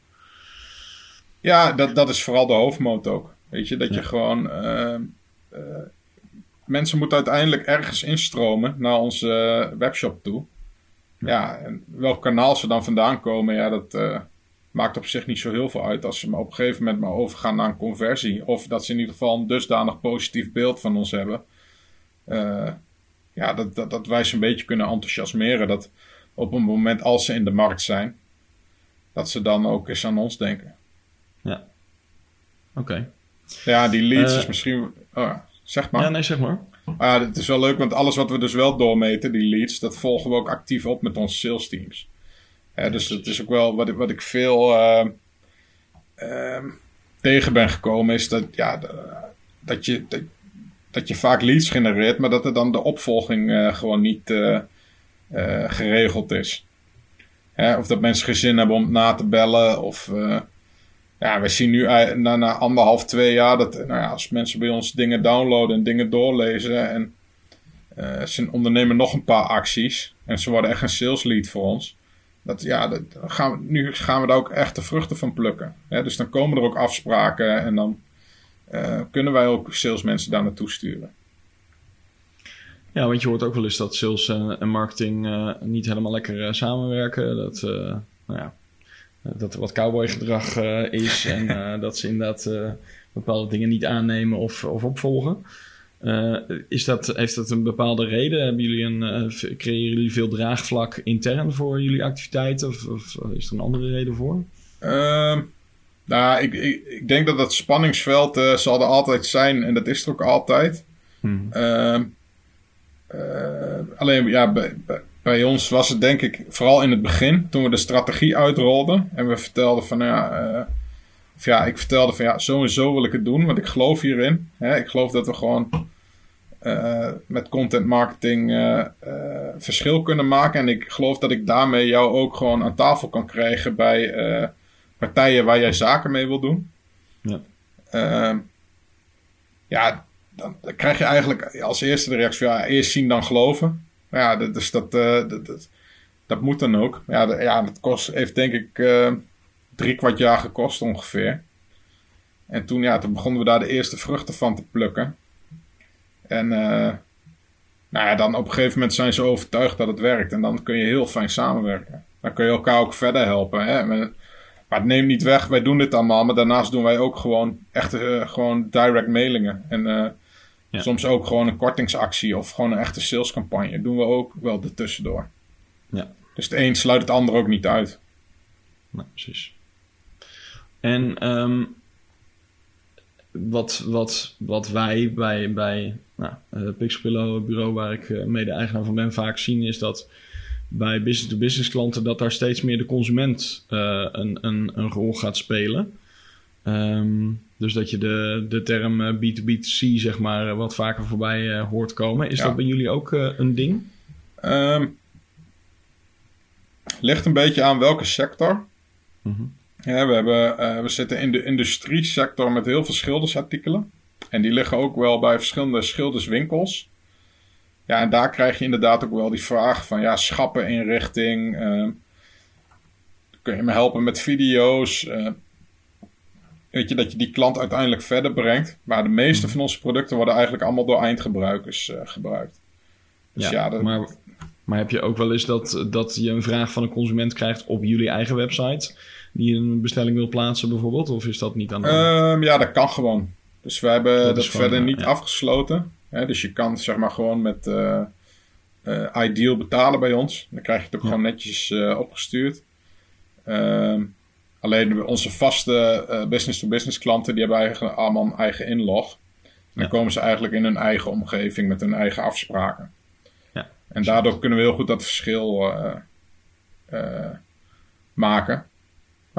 Ja, dat, dat is vooral de hoofdmoot ook. Weet je, dat ja. je gewoon... Uh, uh, mensen moeten uiteindelijk ergens instromen naar onze uh, webshop toe. Ja, ja en welk kanaal ze dan vandaan komen, ja, dat uh, maakt op zich niet zo heel veel uit. Als ze maar op een gegeven moment maar overgaan naar een conversie. Of dat ze in ieder geval een dusdanig positief beeld van ons hebben. Uh, ja, dat, dat, dat wij ze een beetje kunnen enthousiasmeren. Dat op een moment als ze in de markt zijn, dat ze dan ook eens aan ons denken. Ja, oké. Okay. Ja, die leads uh, is misschien... Oh, zeg maar. Ja, nee, zeg maar. Ah, het is wel leuk, want alles wat we dus wel doormeten, die leads, dat volgen we ook actief op met onze sales teams. Ja, dus het is ook wel wat ik, wat ik veel uh, uh, tegen ben gekomen, is dat, ja, de, dat, je, dat, dat je vaak leads genereert, maar dat er dan de opvolging uh, gewoon niet uh, uh, geregeld is. Ja, of dat mensen geen zin hebben om na te bellen, of... Uh, Ja, we zien nu na, na anderhalf, twee jaar dat nou ja, als mensen bij ons dingen downloaden en dingen doorlezen en uh, ze ondernemen nog een paar acties en ze worden echt een sales lead voor ons. Dat, ja, dat gaan we, nu gaan we daar ook echt de vruchten van plukken. Ja, dus dan komen er ook afspraken en dan uh, kunnen wij ook salesmensen daar naartoe sturen. Ja, want je hoort ook wel eens dat sales en, en marketing uh, niet helemaal lekker uh, samenwerken. Dat, uh, nou ja... dat er wat cowboygedrag uh, is en uh, dat ze inderdaad uh, bepaalde dingen niet aannemen of, of opvolgen. Uh, is dat, heeft dat een bepaalde reden? Hebben jullie een, uh, creëren jullie veel draagvlak intern voor jullie activiteiten? Of, of is er een andere reden voor? Uh, nou, ik, ik, ik denk dat dat spanningsveld uh, zal er altijd zijn en dat is er ook altijd. Hmm. Uh, uh, alleen, ja... Bij, bij, Bij ons was het denk ik vooral in het begin, toen we de strategie uitrolden. En we vertelden van, ja, uh, of ja, ik vertelde van, ja, zo en zo wil ik het doen. Want ik geloof hierin. Hè? Ik geloof dat we gewoon uh, met content marketing uh, uh, verschil kunnen maken. En ik geloof dat ik daarmee jou ook gewoon aan tafel kan krijgen bij uh, partijen waar jij zaken mee wil doen. Ja, uh, ja dan, dan krijg je eigenlijk als eerste de reactie van, ja, eerst zien dan geloven. Ja, dat, dus dat, uh, dat, dat, dat moet dan ook. Ja, dat, ja, dat kost, heeft denk ik uh, drie kwart jaar gekost ongeveer. En toen, ja, toen begonnen we daar de eerste vruchten van te plukken. En uh, nou ja, dan op een gegeven moment zijn ze overtuigd dat het werkt. En dan kun je heel fijn samenwerken. Dan kun je elkaar ook verder helpen. Hè? Maar het neemt niet weg, wij doen dit allemaal. Maar daarnaast doen wij ook gewoon echt uh, gewoon direct mailingen. En... Uh, Ja. Soms ook gewoon een kortingsactie of gewoon een echte salescampagne. Doen we ook wel ertussendoor. Ja. Dus het een sluit het ander ook niet uit. Nou, precies. En um, wat, wat, wat wij bij, bij nou, het Pixelpillow bureau, waar ik uh, mede-eigenaar van ben, vaak zien, is dat bij business-to-business klanten dat daar steeds meer de consument uh, een, een, een rol gaat spelen. Um, dus dat je de, de term B twee B twee C zeg maar wat vaker voorbij uh, hoort komen. Is ja. dat bij jullie ook uh, een ding? Um, ligt een beetje aan welke sector. Mm-hmm. Ja, we, hebben, uh, we zitten in de industriesector met heel veel schildersartikelen. En die liggen ook wel bij verschillende schilderswinkels. Ja, en daar krijg je inderdaad ook wel die vraag van ja, schappeninrichting. Uh, kun je me helpen met video's? Uh, Weet je, dat je die klant uiteindelijk verder brengt. Maar de meeste van onze producten worden eigenlijk allemaal door eindgebruikers uh, gebruikt. Dus ja, ja dat... maar, maar heb je ook wel eens dat, dat je een vraag van een consument krijgt op jullie eigen website, die een bestelling wil plaatsen bijvoorbeeld? Of is dat niet aan de hand? Um, ja, dat kan gewoon. Dus we hebben dat, dat gewoon, verder niet ja. afgesloten. Hè? Dus je kan zeg maar gewoon met uh, uh, Ideal betalen bij ons. Dan krijg je het ook ja. gewoon netjes uh, opgestuurd. Um, Alleen onze vaste uh, business-to-business klanten, die hebben eigenlijk allemaal een eigen inlog. En dan ja. komen ze eigenlijk in hun eigen omgeving met hun eigen afspraken. Ja, en daardoor kunnen we heel goed dat verschil uh, uh, maken.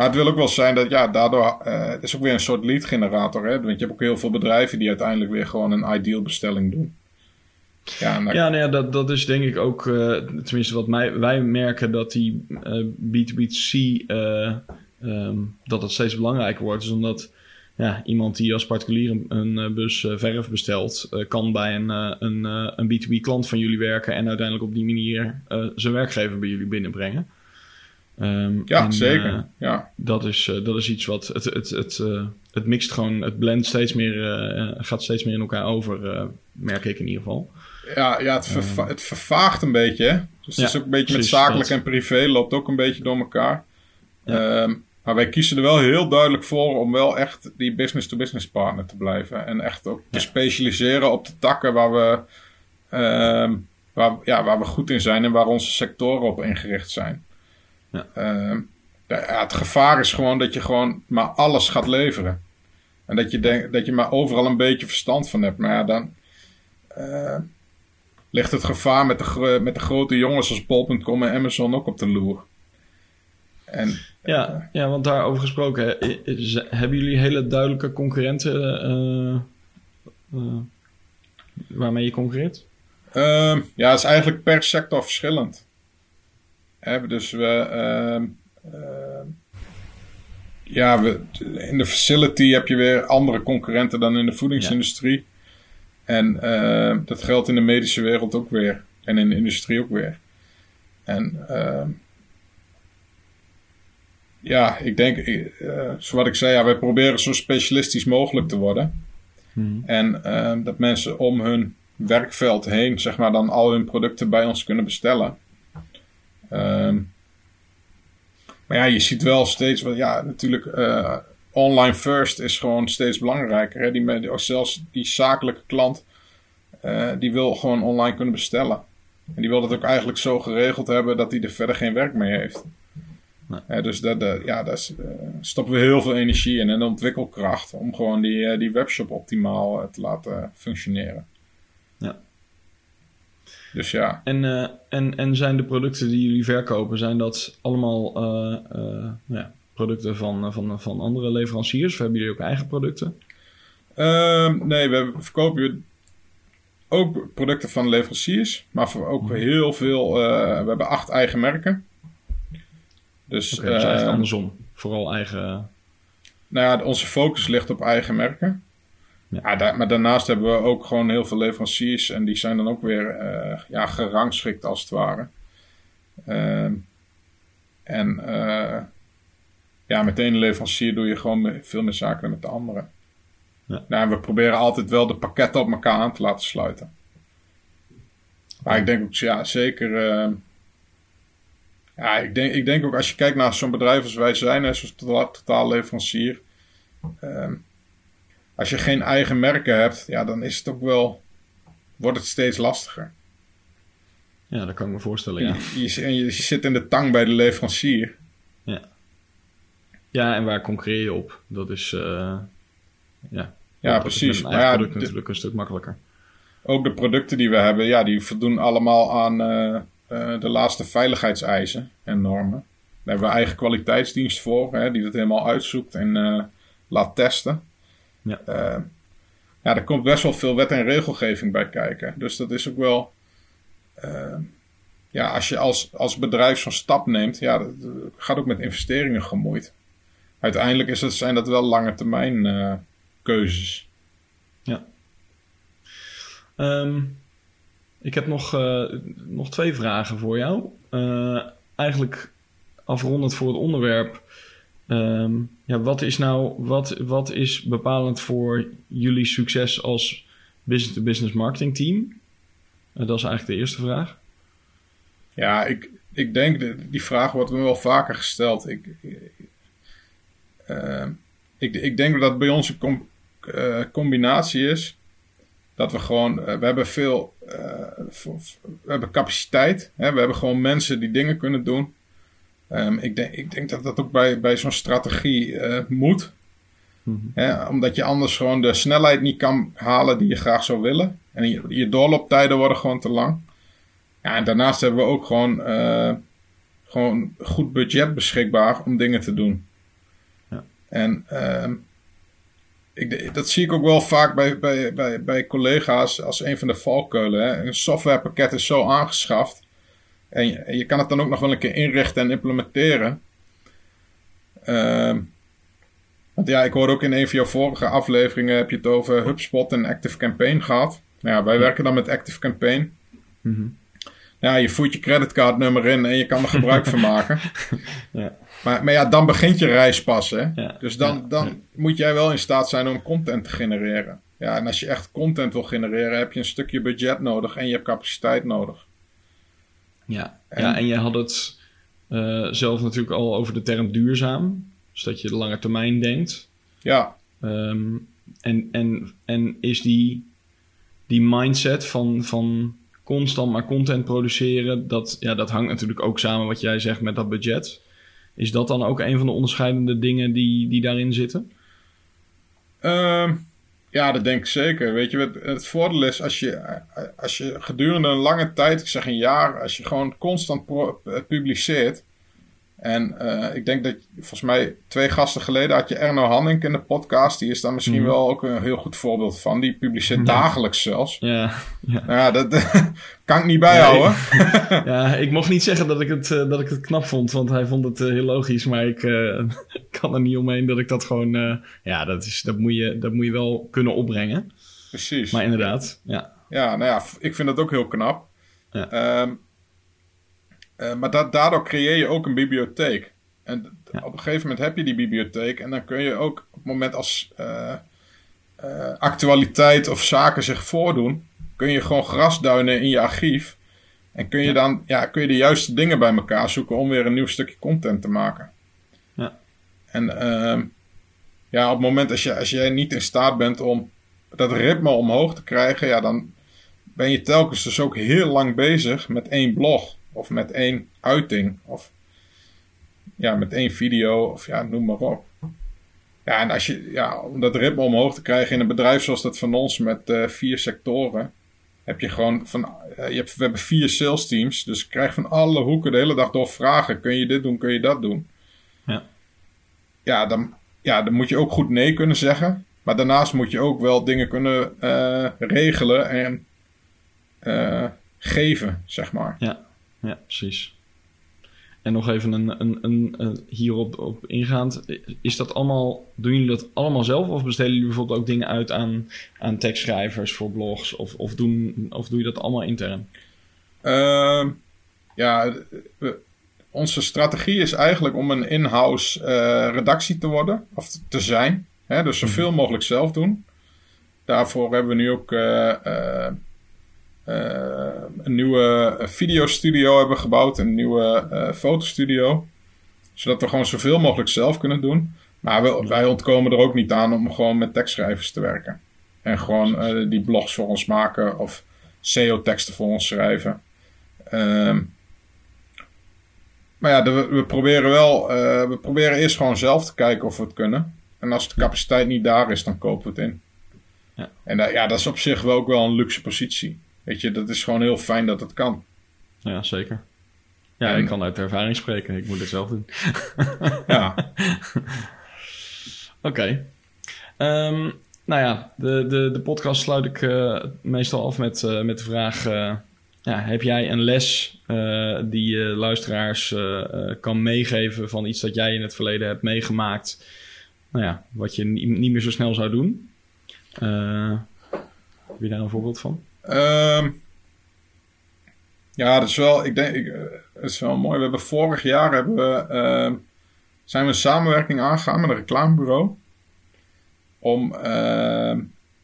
Maar het wil ook wel zijn dat, ja, daardoor... Uh, het is ook weer een soort lead generator, hè. Want je hebt ook heel veel bedrijven die uiteindelijk weer gewoon een ideal bestelling doen. Ja, nou... ja, nou ja dat, dat is denk ik ook... Uh, tenminste, wat mij, wij merken dat die uh, B twee B twee C... Uh, um, dat het steeds belangrijker wordt. Dus omdat... Ja, iemand die als particulier een, een bus uh, verf bestelt... Uh, kan bij een, uh, een, uh, een B twee B klant van jullie werken... en uiteindelijk op die manier uh, zijn werkgever bij jullie binnenbrengen. Um, ja, en, zeker. Uh, ja. Dat, is, uh, dat is iets wat... Het, het, het, uh, het mixt gewoon... Het blend steeds meer... Uh, gaat steeds meer in elkaar over, uh, merk ik in ieder geval. Ja, ja het, verva- het vervaagt een beetje, hè? Dus ja, het is ook een beetje precies, met zakelijk dat. en privé... loopt ook een beetje door elkaar. Ja. Um, Maar wij kiezen er wel heel duidelijk voor om wel echt die business-to-business partner te blijven. En echt ook te ja. specialiseren op de takken waar we, uh, waar, ja, waar we goed in zijn en waar onze sectoren op ingericht zijn. Ja. Uh, ja, het gevaar is gewoon dat je gewoon maar alles gaat leveren. En dat je, denk, dat je maar overal een beetje verstand van hebt. Maar ja, dan uh, ligt het gevaar met de, met de grote jongens als bol punt com en Amazon ook op de loer. En, ja, ja, want daarover gesproken, is, hebben jullie hele duidelijke concurrenten uh, uh, waarmee je concurreert? Uh, ja, het is eigenlijk per sector verschillend. Hè, dus we, uh, uh, ja, we, in de facility heb je weer andere concurrenten dan in de voedingsindustrie. Ja. En uh, dat geldt in de medische wereld ook weer. En in de industrie ook weer. En... Uh, Ja, ik denk, uh, zoals ik zei, ja, wij proberen zo specialistisch mogelijk te worden. Hmm. En uh, dat mensen om hun werkveld heen, zeg maar, dan al hun producten bij ons kunnen bestellen. Um, maar ja, je ziet wel steeds, wel, ja, natuurlijk, uh, online first is gewoon steeds belangrijker. Hè? Die, die, zelfs die zakelijke klant, uh, die wil gewoon online kunnen bestellen. En die wil dat ook eigenlijk zo geregeld hebben dat hij er verder geen werk mee heeft. Nee. Ja, dus daar uh, ja, uh, stoppen we heel veel energie in en de ontwikkelkracht om gewoon die, uh, die webshop optimaal uh, te laten functioneren. Ja. Dus ja. En, uh, en, en zijn de producten die jullie verkopen, zijn dat allemaal uh, uh, nou ja, producten van, van, van andere leveranciers? Of hebben jullie ook eigen producten? Uh, nee, we verkopen ook producten van leveranciers, maar voor ook mm. heel veel. Uh, we hebben acht eigen merken. Dus, okay, dus eigenlijk uh, andersom. Vooral eigen... Nou ja, onze focus ligt op eigen merken. Ja. Ja, daar, maar daarnaast hebben we ook gewoon heel veel leveranciers. En die zijn dan ook weer uh, ja, gerangschikt als het ware. Uh, en uh, ja, met de ene leverancier doe je gewoon veel meer zaken dan met de andere. Ja. Nou, en we proberen altijd wel de pakketten op elkaar aan te laten sluiten. Maar ik denk ook, ja, zeker... Uh, Ja, ik denk, ik denk ook als je kijkt naar zo'n bedrijf als wij zijn, hè, zo'n totaal, totaal leverancier. Uh, als je geen eigen merken hebt, ja, dan is het ook wel, wordt het steeds lastiger. Ja, dat kan ik me voorstellen, ja. Je, je, je, je zit in de tang bij de leverancier. Ja. Ja, en waar concurreer je op? Dat is, uh, ja. Ja, dat precies. Is met een eigen maar product ja, natuurlijk de, een stuk makkelijker. Ook de producten die we hebben, ja, die voldoen allemaal aan... Uh, Uh, de laatste veiligheidseisen en normen. Daar hebben we eigen kwaliteitsdienst voor, hè, die dat helemaal uitzoekt en uh, laat testen. Ja. Uh, ja, er komt best wel veel wet en regelgeving bij kijken. Dus dat is ook wel... Uh, ja, als je als, als bedrijf zo'n stap neemt, ja, dat, dat gaat ook met investeringen gemoeid. Uiteindelijk is het, zijn dat wel lange termijn uh, keuzes. Ja. Um... Ik heb nog, uh, nog twee vragen voor jou. Uh, eigenlijk afrondend voor het onderwerp. Um, ja, wat is nou wat, wat is bepalend voor jullie succes als business-to-business marketing team? Uh, dat is eigenlijk de eerste vraag. Ja, ik, ik denk, de, die vraag wordt me wel vaker gesteld. Ik, uh, ik, ik denk dat dat bij ons een com, uh, combinatie is. Dat we gewoon, uh, we hebben veel, uh, we hebben capaciteit. Hè? We hebben gewoon mensen die dingen kunnen doen. Um, ik, denk, ik denk dat dat ook bij, bij zo'n strategie uh, moet. Mm-hmm. Hè? Omdat je anders gewoon de snelheid niet kan halen die je graag zou willen. En je, je doorlooptijden worden gewoon te lang. Ja, en daarnaast hebben we ook gewoon, uh, gewoon goed budget beschikbaar om dingen te doen. En uh, ik, dat zie ik ook wel vaak bij, bij, bij, bij collega's als een van de valkuilen. Hè. Een softwarepakket is zo aangeschaft. En je, en je kan het dan ook nog wel een keer inrichten en implementeren. Uh, want ja, ik hoorde ook in een van jouw vorige afleveringen heb je het over HubSpot en ActiveCampaign gehad. Nou ja, wij werken dan met ActiveCampaign. Mm-hmm. Ja, je voert je creditcardnummer in en je kan er gebruik van maken. Ja. Maar, maar ja, dan begint je reis pas, hè. Ja. Dus dan, ja. dan ja. moet jij wel in staat zijn om content te genereren. Ja, en als je echt content wil genereren, heb je een stukje budget nodig en je hebt capaciteit nodig. Ja, en, ja, en jij had het uh, zelf natuurlijk al over de term duurzaam. Dus dat je de lange termijn denkt. Ja. Um, en, en, en is die, die mindset van... van constant maar content produceren, dat, ja, dat hangt natuurlijk ook samen wat jij zegt met dat budget. Is dat dan ook een van de onderscheidende dingen die, die daarin zitten? Uh, ja, dat denk ik zeker. Weet je, het, het voordeel is als je, als je gedurende een lange tijd, ik zeg een jaar, als je gewoon constant pro- publiceert. En uh, ik denk dat, volgens mij twee gasten geleden had je Erno Hanning in de podcast. Die is daar misschien mm. wel ook een heel goed voorbeeld van. Die publiceert ja. dagelijks zelfs. Ja, ja. Nou ja, dat, dat kan ik niet bijhouden. Nee. Ja, ik mocht niet zeggen dat ik het, uh, dat ik het knap vond. Want hij vond het uh, heel logisch. Maar ik uh, kan er niet omheen dat ik dat gewoon... Uh, ja, dat, is, dat, moet je, dat moet je wel kunnen opbrengen. Precies. Maar inderdaad, ja. Ja, nou ja, ik vind dat ook heel knap. Ja. Um, Uh, maar da- daardoor creëer je ook een bibliotheek. En d- ja. op een gegeven moment heb je die bibliotheek. En dan kun je ook op het moment als uh, uh, actualiteit of zaken zich voordoen, kun je gewoon grasduinen in je archief. En kun je ja. dan ja, kun je de juiste dingen bij elkaar zoeken om weer een nieuw stukje content te maken. Ja. En uh, ja, op het moment als, je, als jij niet in staat bent om dat ritme omhoog te krijgen, ja, dan ben je telkens dus ook heel lang bezig met één blog. Of met één uiting. Of ja, met één video. Of ja, noem maar op. Ja, en als je, ja, om dat ritme omhoog te krijgen in een bedrijf zoals dat van ons met uh, vier sectoren. Heb je gewoon van, uh, je hebt, we hebben vier sales teams. Dus je krijgt van alle hoeken de hele dag door vragen. Kun je dit doen? Kun je dat doen? Ja. Ja, dan, ja, dan moet je ook goed nee kunnen zeggen. Maar daarnaast moet je ook wel dingen kunnen uh, regelen en uh, geven, zeg maar. Ja. Ja, precies. En nog even een, een, een, een hierop op ingaand. Is dat allemaal, doen jullie dat allemaal zelf? Of besteden jullie bijvoorbeeld ook dingen uit aan, aan tekstschrijvers voor blogs? Of, of, doen, of doe je dat allemaal intern? Uh, ja, we, onze strategie is eigenlijk om een in-house uh, redactie te worden. Of te zijn. Hè? Dus zoveel mogelijk zelf doen. Daarvoor hebben we nu ook... Uh, uh, Uh, een nieuwe videostudio hebben gebouwd. Een nieuwe uh, fotostudio. Zodat we gewoon zoveel mogelijk zelf kunnen doen. Maar we, wij ontkomen er ook niet aan om gewoon met tekstschrijvers te werken. En gewoon uh, die blogs voor ons maken. Of S E O-teksten voor ons schrijven. Um, maar ja, de, we proberen wel... Uh, we proberen eerst gewoon zelf te kijken of we het kunnen. En als de capaciteit niet daar is, dan kopen we het in. Ja. En uh, ja, dat is op zich wel ook wel een luxe positie. Weet je, dat is gewoon heel fijn dat het kan. Ja, zeker. Ja, en... ik kan uit ervaring spreken. Ik moet het zelf doen. Ja. Oké. Okay. Um, nou ja, de, de, de podcast sluit ik uh, meestal af met, uh, met de vraag... Uh, ja, heb jij een les uh, die je uh, luisteraars uh, uh, kan meegeven... van iets dat jij in het verleden hebt meegemaakt... Nou ja, wat je niet, niet meer zo snel zou doen? Uh, heb je daar een voorbeeld van? Um, ja, dat is wel, ik denk, ik, dat is wel mooi. We hebben vorig jaar hebben we, uh, zijn we een samenwerking aangegaan met een reclamebureau. Om, uh, uh,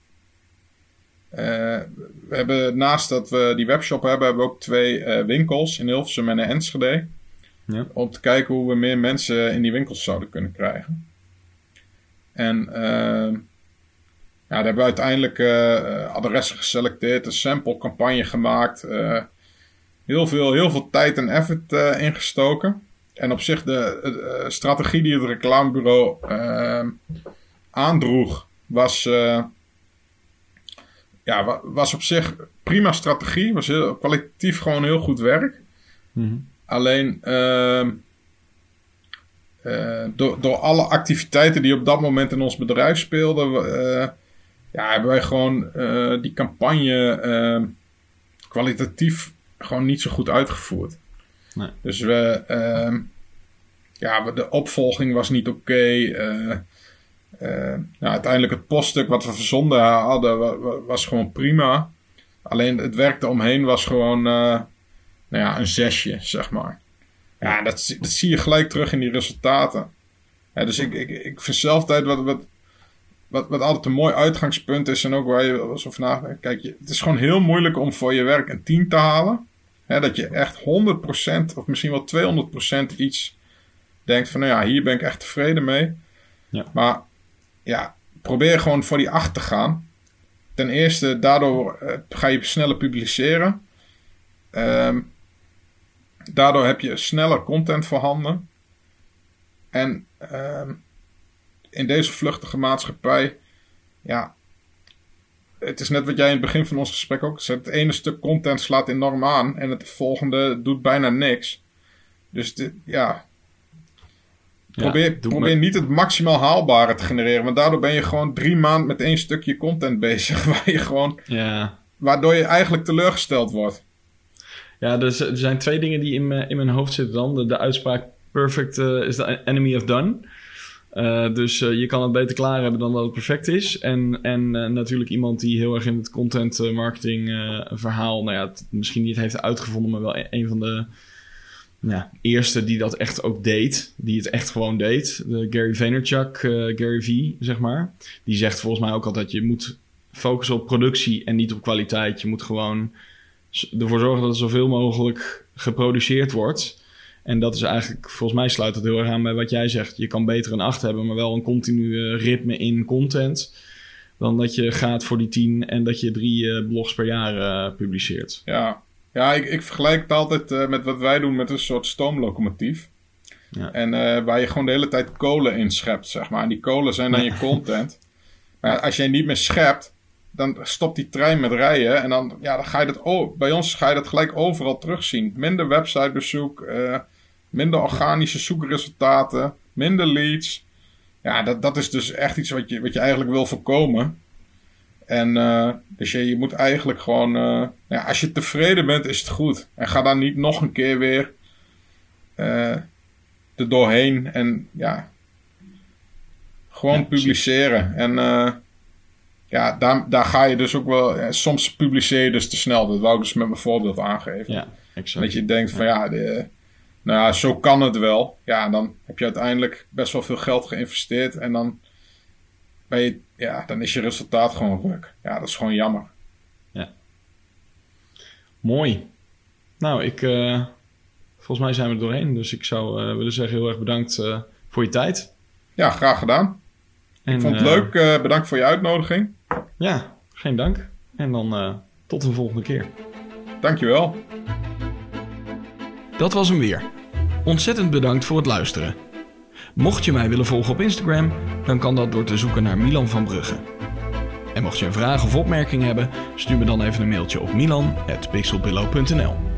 we hebben naast dat we die webshop hebben, hebben we ook twee uh, winkels in Hilversum en in Enschede. Ja. Om te kijken hoe we meer mensen in die winkels zouden kunnen krijgen. En, uh, ja, daar hebben we uiteindelijk uh, adressen geselecteerd, een sample-campagne gemaakt. Uh, heel, veel, heel veel tijd en effort uh, ingestoken. En op zich de uh, strategie die het reclamebureau uh, aandroeg, was, uh, ja, was op zich prima strategie. Was heel, kwalitatief gewoon heel goed werk. Mm-hmm. Alleen, uh, uh, door, door alle activiteiten die op dat moment in ons bedrijf speelden, uh, ja, hebben wij gewoon uh, die campagne uh, kwalitatief gewoon niet zo goed uitgevoerd. Nee. Dus we, uh, ja, de opvolging was niet oké. Okay. Uh, uh, nou, uiteindelijk het poststuk wat we verzonden hadden was gewoon prima. Alleen het werk eromheen was gewoon uh, nou ja, een zesje, zeg maar. Ja, dat, dat zie je gelijk terug in die resultaten. Ja, dus ik, ik, ik vind zelf tijd wat, wat, wat, wat altijd een mooi uitgangspunt is en ook waar je wel eens over nadenkt. Kijk, je, het is gewoon heel moeilijk om voor je werk een tien te halen. Hè, dat je echt honderd procent of misschien wel tweehonderd procent iets denkt van, nou ja, hier ben ik echt tevreden mee. Ja. Maar ja, probeer gewoon voor die acht te gaan. Ten eerste, daardoor uh, ga je sneller publiceren. Um, daardoor heb je sneller content voorhanden. En um, in deze vluchtige maatschappij, ja, het is net wat jij in het begin van ons gesprek ook zei. Het ene stuk content slaat enorm aan en het volgende doet bijna niks. Dus dit, ja, probeer, ja, probeer me... niet het maximaal haalbare te genereren. Want daardoor ben je gewoon drie maanden met één stukje content bezig. Waar je gewoon, ja. Waardoor je eigenlijk teleurgesteld wordt. Ja, dus, er zijn twee dingen die in, me, in mijn hoofd zitten dan. De, de uitspraak perfect uh, is the enemy of done. Uh, dus uh, je kan het beter klaar hebben dan dat het perfect is. En, en uh, natuurlijk iemand die heel erg in het content uh, marketing uh, verhaal... Nou ja, het misschien niet heeft uitgevonden, maar wel een, een van de... Ja, eerste die dat echt ook deed. Die het echt gewoon deed. De Gary Vaynerchuk, uh, Gary V, zeg maar. Die zegt volgens mij ook altijd... je moet focussen op productie en niet op kwaliteit. Je moet gewoon ervoor zorgen dat er zoveel mogelijk geproduceerd wordt. En dat is eigenlijk... Volgens mij sluit het heel erg aan bij wat jij zegt. Je kan beter een acht hebben, maar wel een continue ritme in content... dan dat je gaat voor die tien en dat je drie uh, blogs per jaar uh, publiceert. Ja. Ja, ik, ik vergelijk het altijd uh, met wat wij doen met een soort stoomlocomotief. Ja. En uh, waar je gewoon de hele tijd kolen in schept, zeg maar. En die kolen zijn dan je content. Maar als jij niet meer schept, dan stopt die trein met rijden. En dan, ja, dan ga je dat... Oh, bij ons ga je dat gelijk overal terugzien. Minder websitebezoek, uh, minder organische zoekresultaten, minder leads. Ja, dat, dat is dus echt iets wat je, wat je eigenlijk wil voorkomen. En uh, dus je, je moet eigenlijk gewoon... Uh, ja, als je tevreden bent, is het goed. En ga dan niet nog een keer weer uh, er doorheen. En ja, gewoon ja, publiceren. En uh, ja, daar, daar ga je dus ook wel... Ja, soms publiceer je dus te snel. Dat wou ik dus met mijn voorbeeld aangeven. Ja, exact. Dat je denkt van ja, de, nou ja, zo kan het wel. Ja, dan heb je uiteindelijk best wel veel geld geïnvesteerd. En dan... Ben je, ja, dan is je resultaat gewoon ruk. Ja, dat is gewoon jammer. Ja. Mooi. Nou, ik... Uh, volgens mij zijn we er doorheen. Dus ik zou uh, willen zeggen heel erg bedankt uh, voor je tijd. Ja, graag gedaan. En, ik vond het uh, leuk. Uh, bedankt voor je uitnodiging. Ja, geen dank. En dan uh, tot een volgende keer. Dankjewel. Dat was hem weer. Ontzettend bedankt voor het luisteren. Mocht je mij willen volgen op Instagram, dan kan dat door te zoeken naar Milan van Brugge. En mocht je een vraag of opmerking hebben, stuur me dan even een mailtje op milan at pixelpillow punt n l.